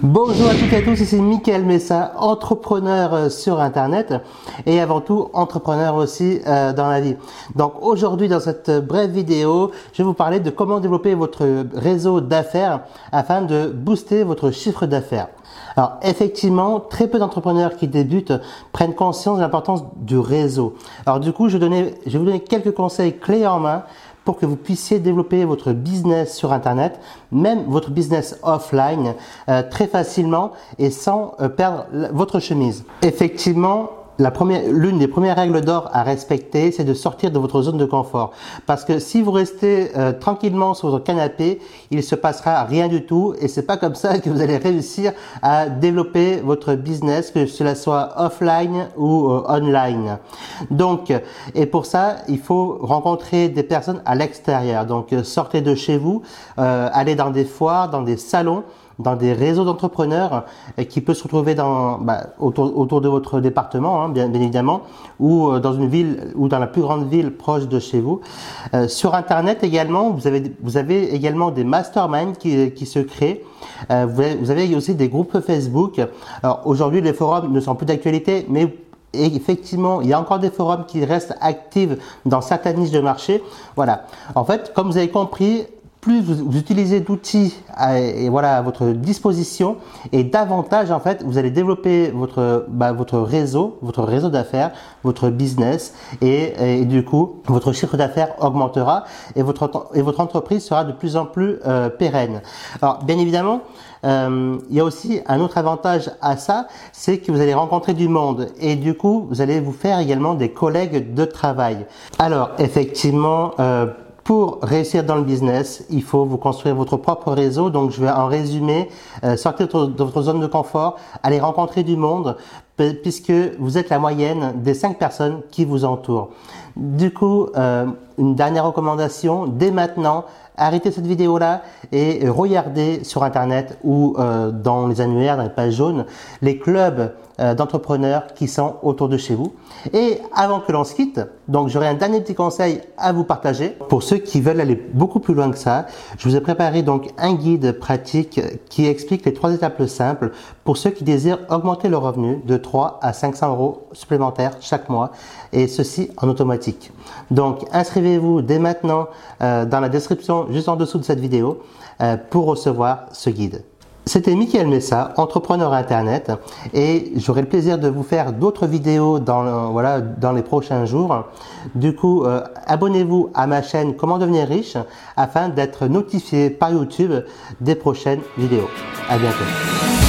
Bonjour à toutes et à tous, ici Mickaël Messa, entrepreneur sur Internet et avant tout entrepreneur aussi dans la vie. Donc aujourd'hui dans cette brève vidéo, je vais vous parler de comment développer votre réseau d'affaires afin de booster votre chiffre d'affaires. Alors effectivement, très peu d'entrepreneurs qui débutent prennent conscience de l'importance du réseau. Alors du coup, je vais vous donner quelques conseils clés en main pour que vous puissiez développer votre business sur Internet, même votre business offline, très facilement et sans perdre votre chemise. Effectivement, l'une des premières règles d'or à respecter, c'est de sortir de votre zone de confort. Parce que si vous restez tranquillement sur votre canapé, il ne se passera rien du tout et c'est pas comme ça que vous allez réussir à développer votre business, que cela soit offline ou online. Donc, et pour ça, il faut rencontrer des personnes à l'extérieur. Donc, sortez de chez vous, allez dans des foires, dans des salons, dans des réseaux d'entrepreneurs qui peuvent se retrouver autour de votre département, bien évidemment, ou dans une ville ou dans la plus grande ville proche de chez vous. Sur Internet également, vous avez également des masterminds qui se créent. Vous avez aussi des groupes Facebook. Alors aujourd'hui, les forums ne sont plus d'actualité, mais effectivement, il y a encore des forums qui restent actifs dans certaines niches de marché. Voilà. En fait, comme vous avez compris, plus vous utilisez d'outils à votre disposition et davantage en fait vous allez développer votre réseau d'affaires, votre business et du coup votre chiffre d'affaires augmentera et votre entreprise sera de plus en plus pérenne. Alors bien évidemment, il y a aussi un autre avantage à ça, c'est que vous allez rencontrer du monde et du coup vous allez vous faire également des collègues de travail. Alors effectivement, pour réussir dans le business, il faut vous construire votre propre réseau. Donc, je vais en résumer, sortir de votre zone de confort, aller rencontrer du monde, puisque vous êtes la moyenne des 5 personnes qui vous entourent. Du coup, une dernière recommandation, dès maintenant, arrêtez cette vidéo-là et regardez sur Internet ou dans les annuaires, dans les pages jaunes, les clubs d'entrepreneurs qui sont autour de chez vous. Et avant que l'on se quitte, donc j'aurai un dernier petit conseil à vous partager. Pour ceux qui veulent aller beaucoup plus loin que ça, je vous ai préparé donc un guide pratique qui explique les 3 étapes simples pour ceux qui désirent augmenter leur revenu de 3 à 500 euros supplémentaires chaque mois et ceci en automatique. Donc inscrivez-vous dès maintenant dans la description juste en dessous de cette vidéo pour recevoir ce guide. C'était Mickaël Messa, entrepreneur Internet et j'aurai le plaisir de vous faire d'autres vidéos dans les prochains jours. Du coup, abonnez-vous à ma chaîne Comment devenir riche afin d'être notifié par YouTube des prochaines vidéos. À bientôt.